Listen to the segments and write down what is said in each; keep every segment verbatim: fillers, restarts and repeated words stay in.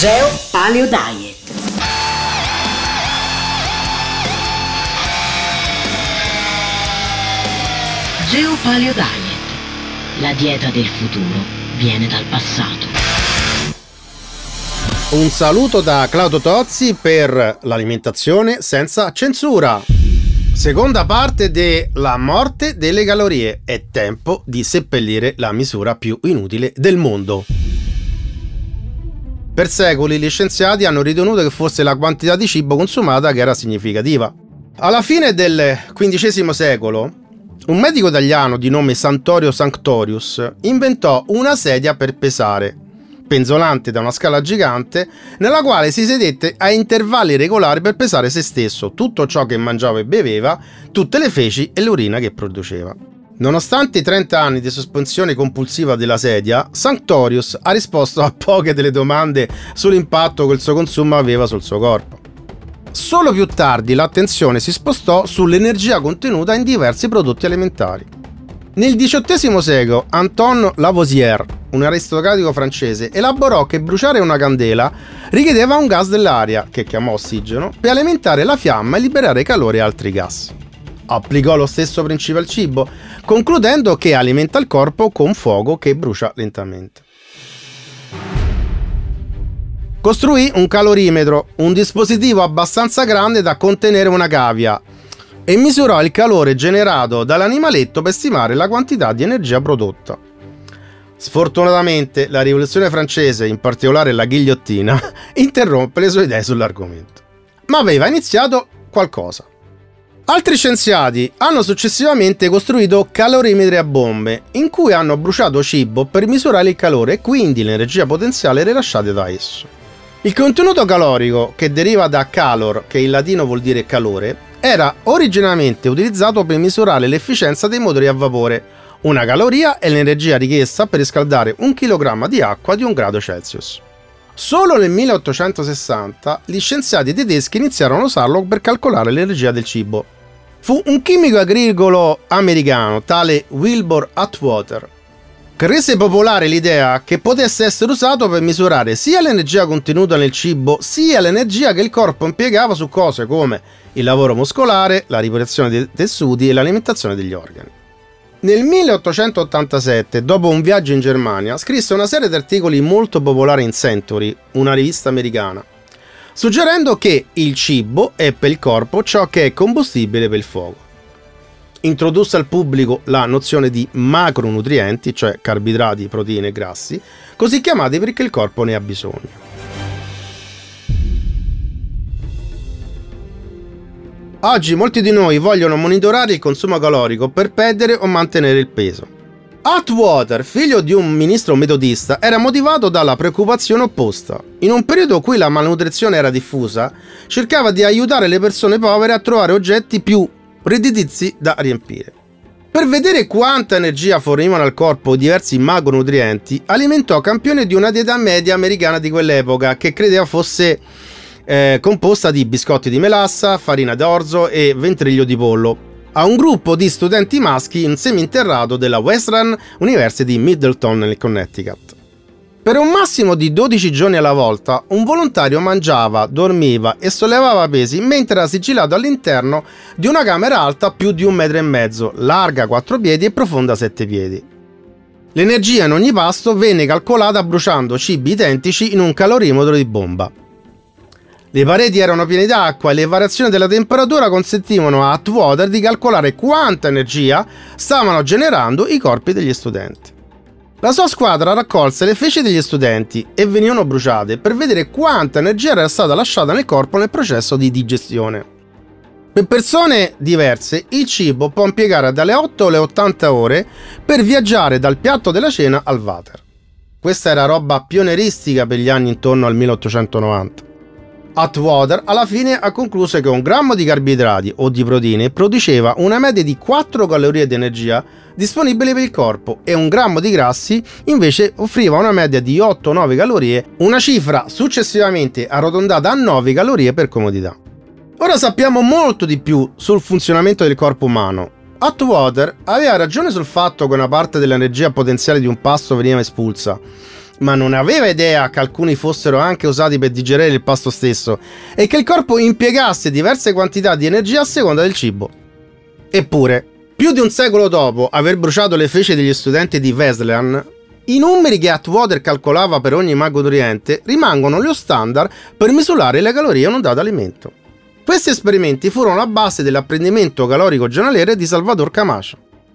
Geo Paleo Diet. Geo Paleo Diet. La dieta del futuro viene dal passato. Un saluto da Claudio Tozzi per l'alimentazione senza censura. Seconda parte della morte delle calorie. È tempo di seppellire la misura più inutile del mondo. Per secoli gli scienziati hanno ritenuto che fosse la quantità di cibo consumata che era significativa. Alla fine del quindicesimo secolo, un medico italiano di nome Santorio Sanctorius inventò una sedia per pesare, penzolante da una scala gigante, nella quale si sedette a intervalli regolari per pesare se stesso, tutto ciò che mangiava e beveva, tutte le feci e l'urina che produceva. Nonostante i trenta anni di sospensione compulsiva della sedia, Sanctorius ha risposto a poche delle domande sull'impatto che il suo consumo aveva sul suo corpo. Solo più tardi l'attenzione si spostò sull'energia contenuta in diversi prodotti alimentari. Nel diciottesimo secolo Antoine Lavoisier, un aristocratico francese, elaborò che bruciare una candela richiedeva un gas dell'aria, che chiamò ossigeno, per alimentare la fiamma e liberare calore e altri gas. Applicò lo stesso principio al cibo, concludendo che alimenta il corpo con fuoco che brucia lentamente. Costruì un calorimetro, un dispositivo abbastanza grande da contenere una cavia, e misurò il calore generato dall'animaletto per stimare la quantità di energia prodotta. Sfortunatamente la rivoluzione francese, in particolare la ghigliottina, interrompe le sue idee sull'argomento. Ma aveva iniziato qualcosa. Altri scienziati hanno successivamente costruito calorimetri a bombe, in cui hanno bruciato cibo per misurare il calore e quindi l'energia potenziale rilasciata da esso. Il contenuto calorico, che deriva da calor, che in latino vuol dire calore, era originariamente utilizzato per misurare l'efficienza dei motori a vapore. Una caloria è l'energia richiesta per riscaldare un chilogrammo di acqua di un grado Celsius. Solo nel milleottocentosessanta gli scienziati tedeschi iniziarono a usarlo per calcolare l'energia del cibo. Fu un chimico agricolo americano, tale Wilbur Atwater, che rese popolare l'idea che potesse essere usato per misurare sia l'energia contenuta nel cibo, sia l'energia che il corpo impiegava su cose come il lavoro muscolare, la riparazione dei tessuti e l'alimentazione degli organi. Nel milleottocentottantasette, dopo un viaggio in Germania, scrisse una serie di articoli molto popolari in Century, una rivista americana, suggerendo che il cibo è per il corpo ciò che è combustibile per il fuoco. Introdusse al pubblico la nozione di macronutrienti, cioè carboidrati, proteine e grassi, così chiamati perché il corpo ne ha bisogno. Oggi molti di noi vogliono monitorare il consumo calorico per perdere o mantenere il peso. Atwater, figlio di un ministro metodista, era motivato dalla preoccupazione opposta. In un periodo in cui la malnutrizione era diffusa, cercava di aiutare le persone povere a trovare oggetti più redditizi da riempire. Per vedere quanta energia fornivano al corpo diversi macronutrienti, alimentò campioni di una dieta media americana di quell'epoca, che credeva fosse eh, composta di biscotti di melassa, farina d'orzo e ventriglio di pollo, a un gruppo di studenti maschi in seminterrato della Western University Middleton nel Connecticut. Per un massimo di dodici giorni alla volta, un volontario mangiava, dormiva e sollevava pesi mentre era sigillato all'interno di una camera alta più di un metro e mezzo, larga quattro piedi e profonda sette piedi. L'energia in ogni pasto venne calcolata bruciando cibi identici in un calorimetro di bomba. Le pareti erano piene d'acqua e le variazioni della temperatura consentivano a Atwater di calcolare quanta energia stavano generando i corpi degli studenti. La sua squadra raccolse le feci degli studenti e venivano bruciate per vedere quanta energia era stata lasciata nel corpo nel processo di digestione. Per persone diverse, il cibo può impiegare dalle otto alle ottanta ore per viaggiare dal piatto della cena al water. Questa era roba pionieristica per gli anni intorno al milleottocentonovanta. Atwater alla fine ha concluso che un grammo di carboidrati o di proteine produceva una media di quattro calorie di energia disponibili per il corpo e un grammo di grassi invece offriva una media di otto nove calorie, una cifra successivamente arrotondata a nove calorie per comodità. Ora sappiamo molto di più sul funzionamento del corpo umano. Atwater aveva ragione sul fatto che una parte dell'energia potenziale di un pasto veniva espulsa, ma non aveva idea che alcuni fossero anche usati per digerire il pasto stesso e che il corpo impiegasse diverse quantità di energia a seconda del cibo. Eppure, più di un secolo dopo aver bruciato le feci degli studenti di Wesleyan, i numeri che Atwater calcolava per ogni macronutriente rimangono lo standard per misurare le calorie in un dato alimento. Questi esperimenti furono la base dell'apprendimento calorico giornaliero di Salvador Camacho.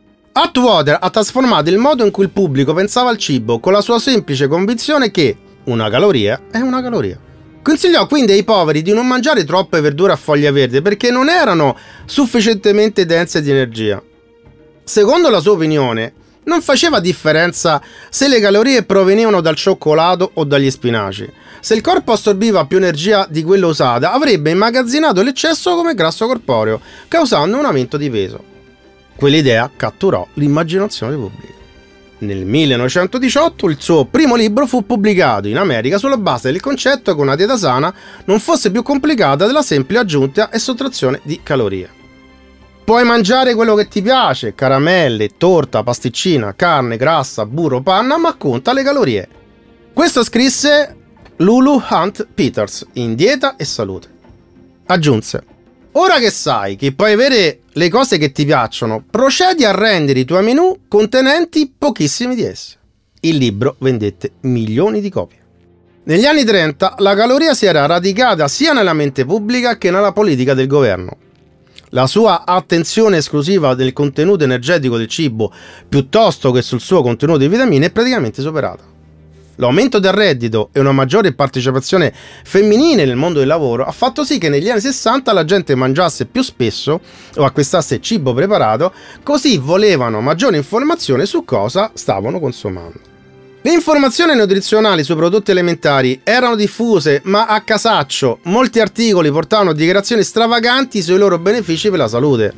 Atwater ha trasformato il modo in cui il pubblico pensava al cibo con la sua semplice convinzione che una caloria è una caloria. Consigliò quindi ai poveri di non mangiare troppe verdure a foglia verde perché non erano sufficientemente dense di energia. Secondo la sua opinione, non faceva differenza se le calorie provenivano dal cioccolato o dagli spinaci. Se il corpo assorbiva più energia di quella usata, avrebbe immagazzinato l'eccesso come grasso corporeo, causando un aumento di peso. Quell'idea catturò l'immaginazione pubblica. Nel millenovecentodiciotto il suo primo libro fu pubblicato in America sulla base del concetto che una dieta sana non fosse più complicata della semplice aggiunta e sottrazione di calorie. Puoi mangiare quello che ti piace, caramelle, torta, pasticcina, carne, grassa, burro, panna, ma conta le calorie. Questo scrisse Lulu Hunt Peters in Dieta e Salute. Aggiunse: ora che sai che puoi avere le cose che ti piacciono, procedi a rendere i tuoi menù contenenti pochissimi di essi. Il libro vendette milioni di copie. Negli anni trenta la caloria si era radicata sia nella mente pubblica che nella politica del governo. La sua attenzione esclusiva del contenuto energetico del cibo piuttosto che sul suo contenuto di vitamine è praticamente superata. L'aumento del reddito e una maggiore partecipazione femminile nel mondo del lavoro ha fatto sì che negli anni sessanta la gente mangiasse più spesso o acquistasse cibo preparato, così volevano maggiore informazione su cosa stavano consumando. Le informazioni nutrizionali sui prodotti alimentari erano diffuse, ma a casaccio. Molti articoli portavano dichiarazioni stravaganti sui loro benefici per la salute.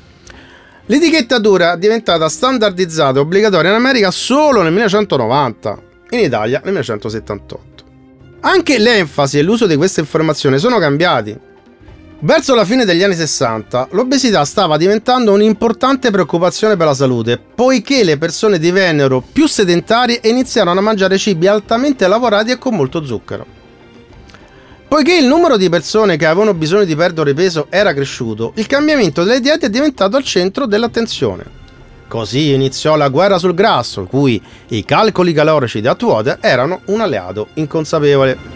L'etichettatura è diventata standardizzata e obbligatoria in America solo nel millenovecentonovanta, in Italia nel millenovecentosettantotto. Anche l'enfasi e l'uso di queste informazioni sono cambiati. Verso la fine degli anni sessanta, l'obesità stava diventando un'importante preoccupazione per la salute, poiché le persone divennero più sedentarie e iniziarono a mangiare cibi altamente lavorati e con molto zucchero. Poiché il numero di persone che avevano bisogno di perdere peso era cresciuto, il cambiamento delle diete è diventato al centro dell'attenzione. Così iniziò la guerra sul grasso, in cui i calcoli calorici di Atwater erano un alleato inconsapevole.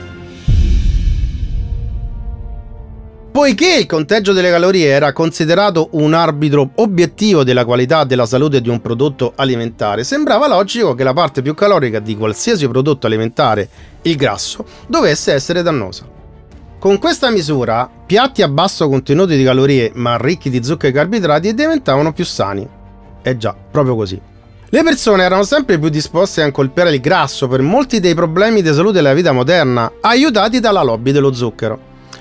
Poiché il conteggio delle calorie era considerato un arbitro obiettivo della qualità della salute di un prodotto alimentare, sembrava logico che la parte più calorica di qualsiasi prodotto alimentare, il grasso, dovesse essere dannosa. Con questa misura, piatti a basso contenuto di calorie ma ricchi di zuccheri e carboidrati diventavano più sani. Eh già, proprio così. Le persone erano sempre più disposte a incolpare il grasso per molti dei problemi di salute della vita moderna, aiutati dalla lobby dello zucchero.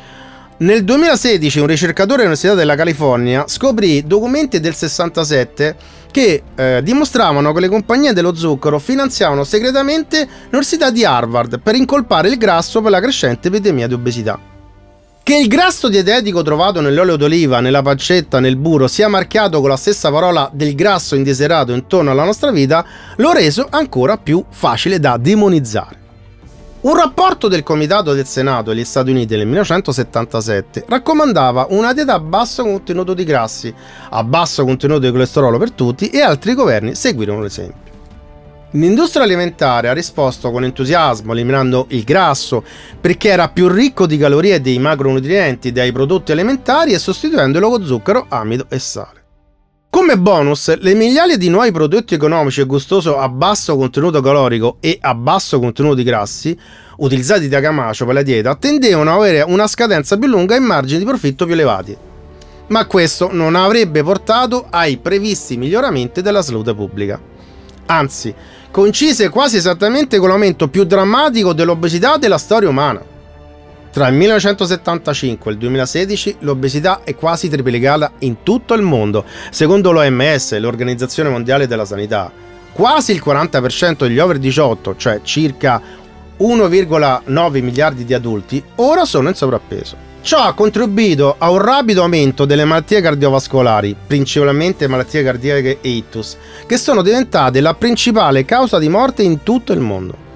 Nel duemilasedici un ricercatore dell'Università della California scoprì documenti del sessantasette che eh, dimostravano che le compagnie dello zucchero finanziavano segretamente l'Università di Harvard per incolpare il grasso per la crescente epidemia di obesità. Che il grasso dietetico trovato nell'olio d'oliva, nella pancetta, nel burro sia marchiato con la stessa parola del grasso indesiderato intorno alla nostra vita lo reso ancora più facile da demonizzare. Un rapporto del Comitato del Senato degli Stati Uniti nel millenovecentosettantasette raccomandava una dieta a basso contenuto di grassi, a basso contenuto di colesterolo per tutti e altri governi seguirono l'esempio. L'industria alimentare ha risposto con entusiasmo eliminando il grasso perché era più ricco di calorie e dei macronutrienti dai prodotti alimentari e sostituendolo con zucchero, amido e sale. Come bonus, le migliaia di nuovi prodotti economici e gustosi a basso contenuto calorico e a basso contenuto di grassi, utilizzati da Camacho per la dieta, tendevano ad avere una scadenza più lunga e margini di profitto più elevati. Ma questo non avrebbe portato ai previsti miglioramenti della salute pubblica. Anzi, coincise quasi esattamente con l'aumento più drammatico dell'obesità della storia umana. Tra il millenovecentosettantacinque e il duemilasedici l'obesità è quasi triplicata in tutto il mondo, secondo l'O M S, l'Organizzazione Mondiale della Sanità. Quasi il quaranta per cento degli over diciotto, cioè circa uno virgola nove miliardi di adulti, ora sono in sovrappeso. Ciò ha contribuito a un rapido aumento delle malattie cardiovascolari, principalmente malattie cardiache e ictus, che sono diventate la principale causa di morte in tutto il mondo.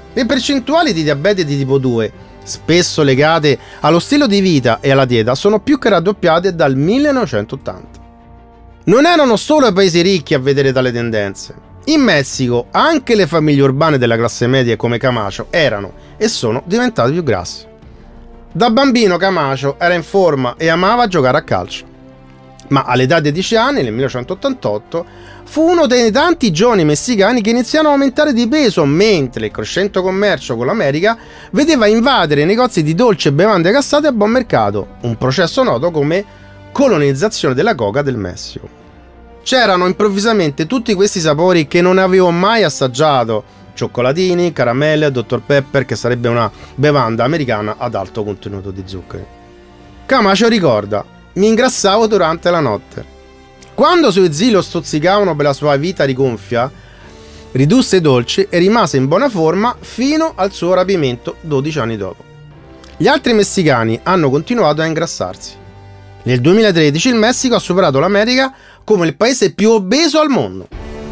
Le percentuali di diabete di tipo due, spesso legate allo stile di vita e alla dieta, sono più che raddoppiate dal millenovecentottanta. Non erano solo i paesi ricchi a vedere tale tendenze. In Messico anche le famiglie urbane della classe media come Camacho erano e sono diventate più grasse. Da bambino Camacho era in forma e amava giocare a calcio, ma all'età di dieci anni, nel millenovecentottantotto, fu uno dei tanti giovani messicani che iniziarono a aumentare di peso mentre il crescente commercio con l'America vedeva invadere i negozi di dolci e bevande gassate a buon mercato, un processo noto come colonizzazione della coca del Messico. C'erano improvvisamente tutti questi sapori che non avevo mai assaggiato: cioccolatini, caramelle, doctor Pepper, che sarebbe una bevanda americana ad alto contenuto di zuccheri. Camacho ricorda: mi ingrassavo durante la notte. Quando i suoi zii lo stuzzicavano per la sua vita rigonfia, ridusse i dolci e rimase in buona forma fino al suo rapimento dodici anni dopo. Gli altri messicani hanno continuato a ingrassarsi. Nel duemilatredici il Messico ha superato l'America come il paese più obeso al mondo.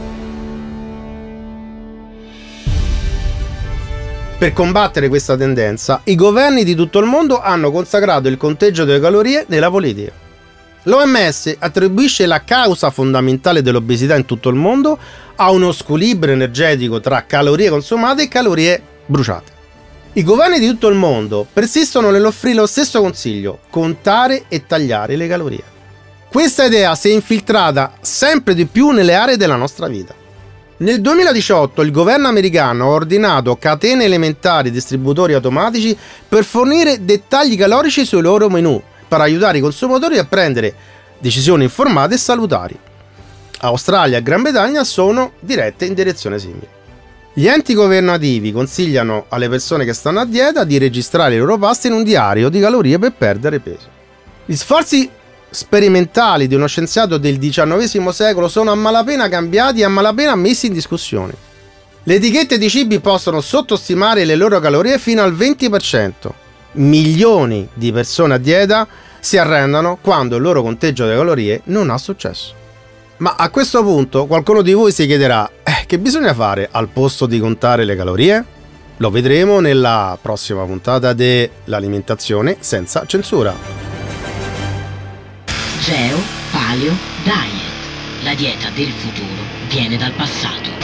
Per combattere questa tendenza, i governi di tutto il mondo hanno consacrato il conteggio delle calorie nella politica. L'O M S attribuisce la causa fondamentale dell'obesità in tutto il mondo a uno squilibrio energetico tra calorie consumate e calorie bruciate. I governi di tutto il mondo persistono nell'offrire lo stesso consiglio: contare e tagliare le calorie. Questa idea si è infiltrata sempre di più nelle aree della nostra vita. Nel duemiladiciotto il governo americano ha ordinato catene alimentari e distributori automatici per fornire dettagli calorici sui loro menù, per aiutare i consumatori a prendere decisioni informate e salutari. Australia e Gran Bretagna sono dirette in direzione simile. Gli enti governativi consigliano alle persone che stanno a dieta di registrare i loro pasti in un diario di calorie per perdere peso. Gli sforzi sperimentali di uno scienziato del diciannovesimo secolo sono a malapena cambiati e a malapena messi in discussione. Le etichette di cibi possono sottostimare le loro calorie fino al venti per cento. Milioni di persone a dieta si arrendono quando il loro conteggio delle calorie non ha successo. Ma a questo punto qualcuno di voi si chiederà: eh, che bisogna fare al posto di contare le calorie? Lo vedremo nella prossima puntata dell'alimentazione senza censura. Geo Paleo Diet. La dieta del futuro viene dal passato.